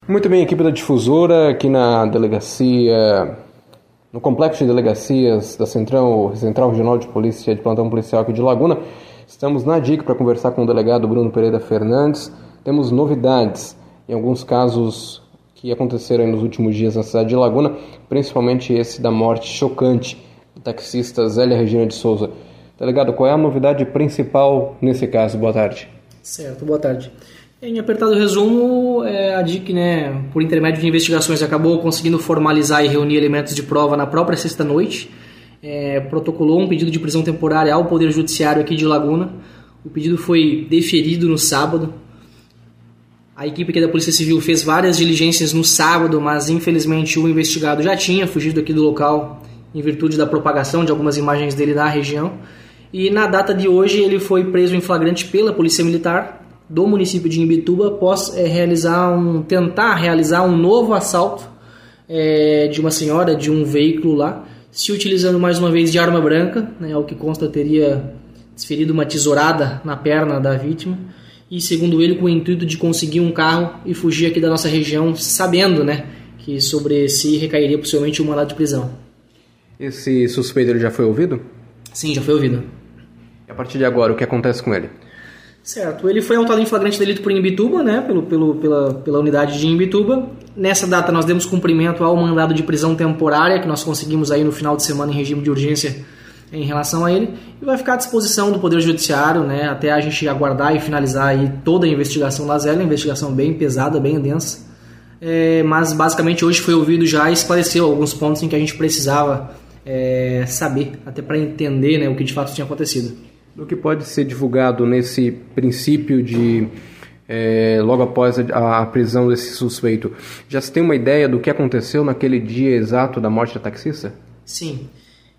Muito bem, equipe da Difusora, aqui na delegacia, no complexo de delegacias da Central Regional de Polícia de Plantão Policial aqui de Laguna. Estamos na DIC para conversar com o delegado Bruno Pereira Fernandes. Temos novidades em alguns casos que aconteceram nos últimos dias na cidade de Laguna, principalmente esse da morte chocante do taxista Zélia Regina de Souza. Delegado, qual é a novidade principal nesse caso? Boa tarde. Certo, boa tarde. Em apertado resumo, a DIC, por intermédio de investigações, acabou conseguindo formalizar e reunir elementos de prova na própria sexta-noite. Protocolou um pedido de prisão temporária ao Poder Judiciário aqui de Laguna. O pedido foi deferido no sábado. A equipe aqui da Polícia Civil fez várias diligências no sábado, mas infelizmente o investigado já tinha fugido aqui do local em virtude da propagação de algumas imagens dele na região. E na data de hoje ele foi preso em flagrante pela Polícia Militar do município de Imbituba após tentar realizar um novo assalto de uma senhora, de um veículo lá, se utilizando mais uma vez de arma branca, ao que consta teria desferido uma tesourada na perna da vítima, e segundo ele com o intuito de conseguir um carro e fugir aqui da nossa região, sabendo que sobre si recairia possivelmente um mandado de prisão. Esse suspeito ele já foi ouvido? Sim, já foi ouvido. E a partir de agora, o que acontece com ele? Certo, ele foi autuado em flagrante delito por Imbituba, pela unidade de Imbituba. Nessa data nós demos cumprimento ao mandado de prisão temporária, que nós conseguimos aí no final de semana em regime de urgência em relação a ele, e vai ficar à disposição do Poder Judiciário, até a gente aguardar e finalizar aí toda a investigação da Zélia, investigação bem pesada, bem densa, mas basicamente hoje foi ouvido já e esclareceu alguns pontos em que a gente precisava saber, até para entender o que de fato tinha acontecido. Do que pode ser divulgado nesse princípio de logo após a prisão desse suspeito, já se tem uma ideia do que aconteceu naquele dia exato da morte da taxista? Sim.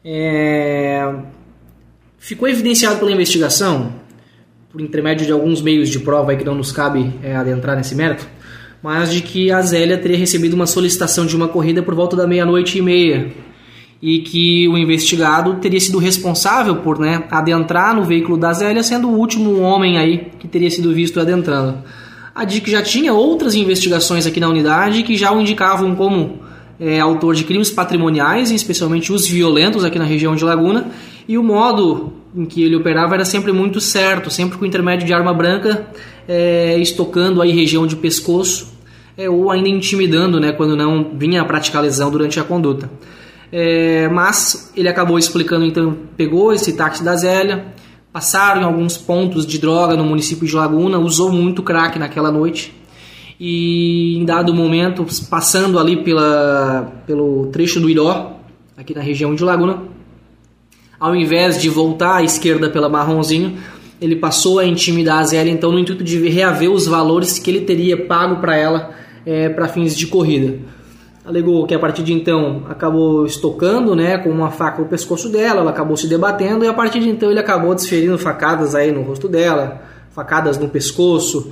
Ficou evidenciado pela investigação, por intermédio de alguns meios de prova aí que não nos cabe adentrar nesse mérito, mas de que a Zélia teria recebido uma solicitação de uma corrida por volta da 00:30 e que o investigado teria sido responsável por adentrar no veículo da Zélia, sendo o último homem aí que teria sido visto adentrando. A DIC já tinha outras investigações aqui na unidade que já o indicavam como autor de crimes patrimoniais, especialmente os violentos aqui na região de Laguna, e o modo em que ele operava era sempre muito certo, sempre com intermédio de arma branca, estocando aí região de pescoço, ou ainda intimidando, quando não vinha a praticar lesão durante a conduta. Mas ele acabou explicando, então pegou esse táxi da Zélia, passaram em alguns pontos de droga no município de Laguna, usou muito crack naquela noite, e em dado momento, passando ali pelo trecho do Iló, aqui na região de Laguna, ao invés de voltar à esquerda pela Marronzinho, ele passou a intimidar a Zélia, então no intuito de reaver os valores que ele teria pago para ela para fins de corrida. Alegou que a partir de então acabou estocando com uma faca no pescoço dela, ela acabou se debatendo, e a partir de então ele acabou desferindo facadas aí no rosto dela, facadas no pescoço,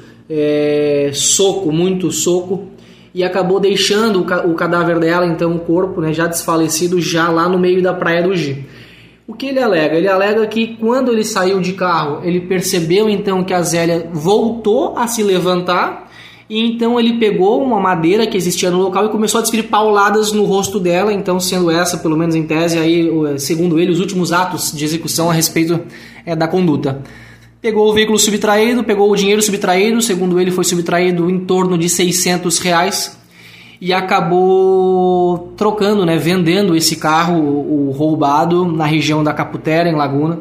muito soco, e acabou deixando o cadáver dela, então o corpo já desfalecido, já lá no meio da praia do Gi. O que ele alega? Ele alega que quando ele saiu de carro, ele percebeu então que a Zélia voltou a se levantar, e então ele pegou uma madeira que existia no local e começou a desferir pauladas no rosto dela, então sendo essa, pelo menos em tese, aí, segundo ele, os últimos atos de execução a respeito da conduta. Pegou o veículo subtraído, pegou o dinheiro subtraído, segundo ele foi subtraído em torno de R$600, e acabou trocando, vendendo esse carro, o roubado, na região da Caputera, em Laguna.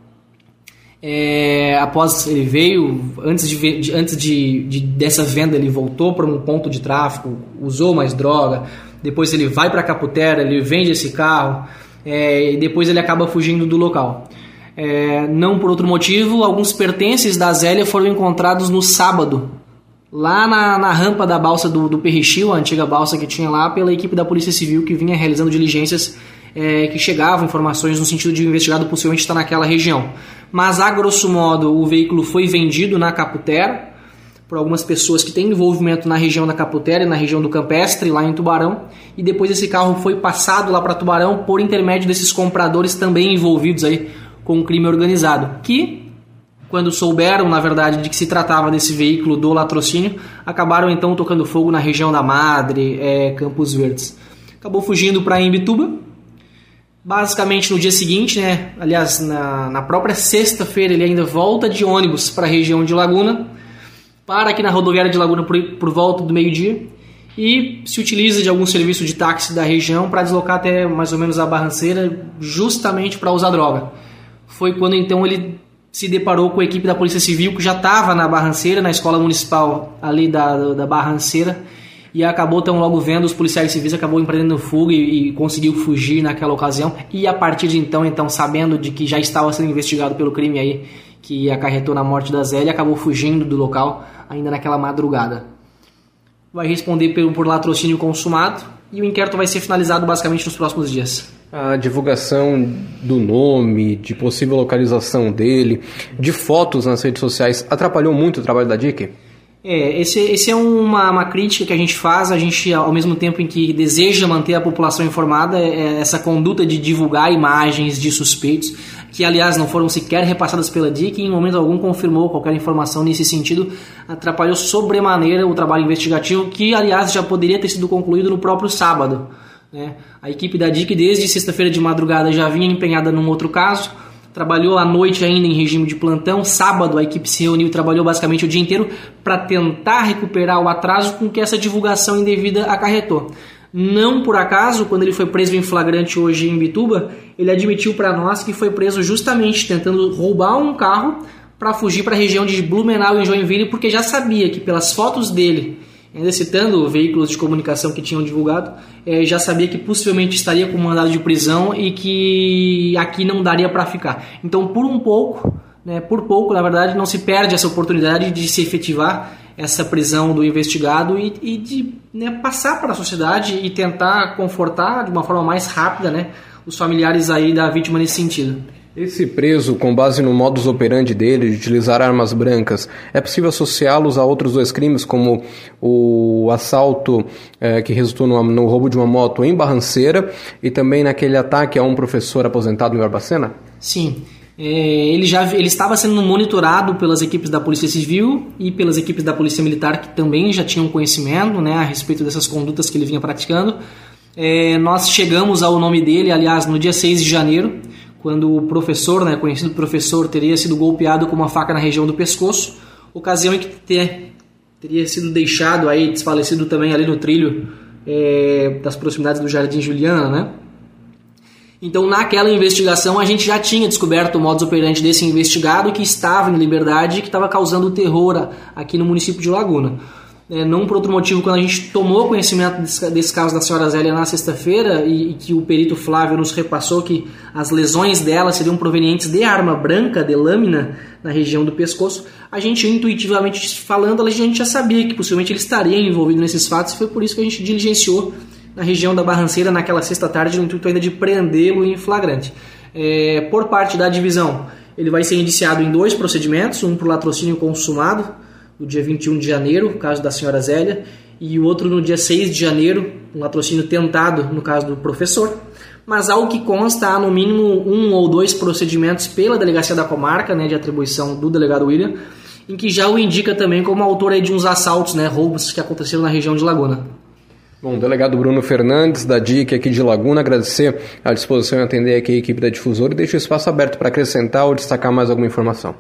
Após ele veio, antes dessa venda, ele voltou para um ponto de tráfico, usou mais droga, depois ele vai para Caputera, ele vende esse carro, e depois ele acaba fugindo do local. Não por outro motivo, alguns pertences da Zélia foram encontrados no sábado, lá na rampa da balsa do Perrichil, a antiga balsa que tinha lá, pela equipe da Polícia Civil que vinha realizando diligências, que chegavam informações no sentido de o investigado possivelmente estar naquela região. Mas, a grosso modo, o veículo foi vendido na Caputera por algumas pessoas que têm envolvimento na região da Caputera e na região do Campestre, lá em Tubarão, e depois esse carro foi passado lá para Tubarão por intermédio desses compradores também envolvidos aí com o crime organizado, que quando souberam, na verdade, de que se tratava desse veículo do latrocínio, acabaram então tocando fogo na região da Madre, Campos Verdes. Acabou fugindo para Imbituba. Basicamente no dia seguinte, né? Aliás, na própria sexta-feira, ele ainda volta de ônibus para a região de Laguna, para aqui na rodoviária de Laguna por volta do meio-dia, e se utiliza de algum serviço de táxi da região para deslocar até mais ou menos a Barranceira, justamente para usar droga. Foi quando então ele se deparou com a equipe da Polícia Civil, que já estava na Barranceira, na escola municipal ali da Barranceira, e acabou tão logo vendo os policiais civis, acabou empreendendo fuga e conseguiu fugir naquela ocasião. E a partir de então sabendo de que já estava sendo investigado pelo crime aí que acarretou na morte da Zélia, acabou fugindo do local ainda naquela madrugada. Vai responder por latrocínio consumado e o inquérito vai ser finalizado basicamente nos próximos dias. A divulgação do nome, de possível localização dele, de fotos nas redes sociais, atrapalhou muito o trabalho da DIC? Esse é uma crítica que a gente faz. A gente, ao mesmo tempo em que deseja manter a população informada, essa conduta de divulgar imagens de suspeitos, que aliás não foram sequer repassadas pela DIC e em momento algum confirmou qualquer informação nesse sentido, atrapalhou sobremaneira o trabalho investigativo, que aliás já poderia ter sido concluído no próprio sábado, né? A equipe da DIC desde sexta-feira de madrugada já vinha empenhada num outro caso, trabalhou à noite ainda em regime de plantão. Sábado a equipe se reuniu e trabalhou basicamente o dia inteiro para tentar recuperar o atraso com que essa divulgação indevida acarretou. Não por acaso, quando ele foi preso em flagrante hoje em Imbituba, ele admitiu para nós que foi preso justamente tentando roubar um carro para fugir para a região de Blumenau em Joinville, porque já sabia que pelas fotos dele, ainda citando veículos de comunicação que tinham divulgado, já sabia que possivelmente estaria com mandado de prisão e que aqui não daria para ficar. Então, por pouco, na verdade, não se perde essa oportunidade de se efetivar essa prisão do investigado e de passar para a sociedade e tentar confortar de uma forma mais rápida os familiares aí da vítima nesse sentido. Esse preso, com base no modus operandi dele, de utilizar armas brancas, é possível associá-los a outros dois crimes, como o assalto que resultou no roubo de uma moto em Barranceira e também naquele ataque a um professor aposentado em Barbacena? Sim. Ele estava sendo monitorado pelas equipes da Polícia Civil e pelas equipes da Polícia Militar, que também já tinham conhecimento a respeito dessas condutas que ele vinha praticando. Nós chegamos ao nome dele, aliás, no dia 6 de janeiro, quando o professor, conhecido professor, teria sido golpeado com uma faca na região do pescoço, ocasião em que teria sido deixado aí, desfalecido também ali no trilho das proximidades do Jardim Juliana, Então, naquela investigação, a gente já tinha descoberto o modus operandi desse investigado que estava em liberdade e que estava causando terror aqui no município de Laguna. Não por outro motivo, quando a gente tomou conhecimento desse caso da senhora Zélia na sexta-feira e que o perito Flávio nos repassou que as lesões dela seriam provenientes de arma branca, de lâmina, na região do pescoço, a gente, intuitivamente falando, a gente já sabia que possivelmente ele estaria envolvido nesses fatos e foi por isso que a gente diligenciou na região da Barranceira naquela sexta-tarde, no intuito ainda de prendê-lo em flagrante. Por parte da divisão, ele vai ser indiciado em 2 procedimentos, um por latrocínio consumado, no dia 21 de janeiro, no caso da senhora Zélia, e o outro no dia 6 de janeiro, um latrocínio tentado, no caso do professor. Mas ao que consta, há no mínimo 1 ou 2 procedimentos pela delegacia da comarca, de atribuição do delegado William, em que já o indica também como autor de uns assaltos, roubos que aconteceram na região de Laguna. Bom, delegado Bruno Fernandes, da DIC aqui de Laguna, agradecer a disposição em atender aqui a equipe da Difusora e deixo o espaço aberto para acrescentar ou destacar mais alguma informação.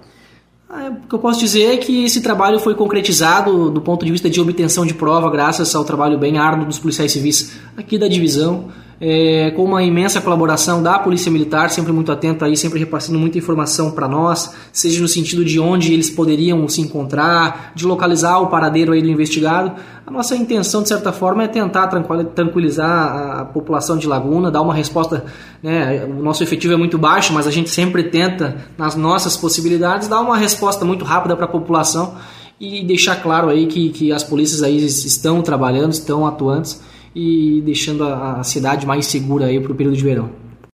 O que eu posso dizer é que esse trabalho foi concretizado do ponto de vista de obtenção de prova, graças ao trabalho bem árduo dos policiais civis aqui da divisão, com uma imensa colaboração da Polícia Militar, sempre muito atenta aí, sempre repassando muita informação para nós, seja no sentido de onde eles poderiam se encontrar, de localizar o paradeiro aí do investigado. A nossa intenção, de certa forma, é tentar tranquilizar a população de Laguna, dar uma resposta, o nosso efetivo é muito baixo, mas a gente sempre tenta, nas nossas possibilidades, dar uma resposta muito rápida para a população e deixar claro aí que as polícias aí estão trabalhando, estão atuantes, e deixando a cidade mais segura aí para o período de verão.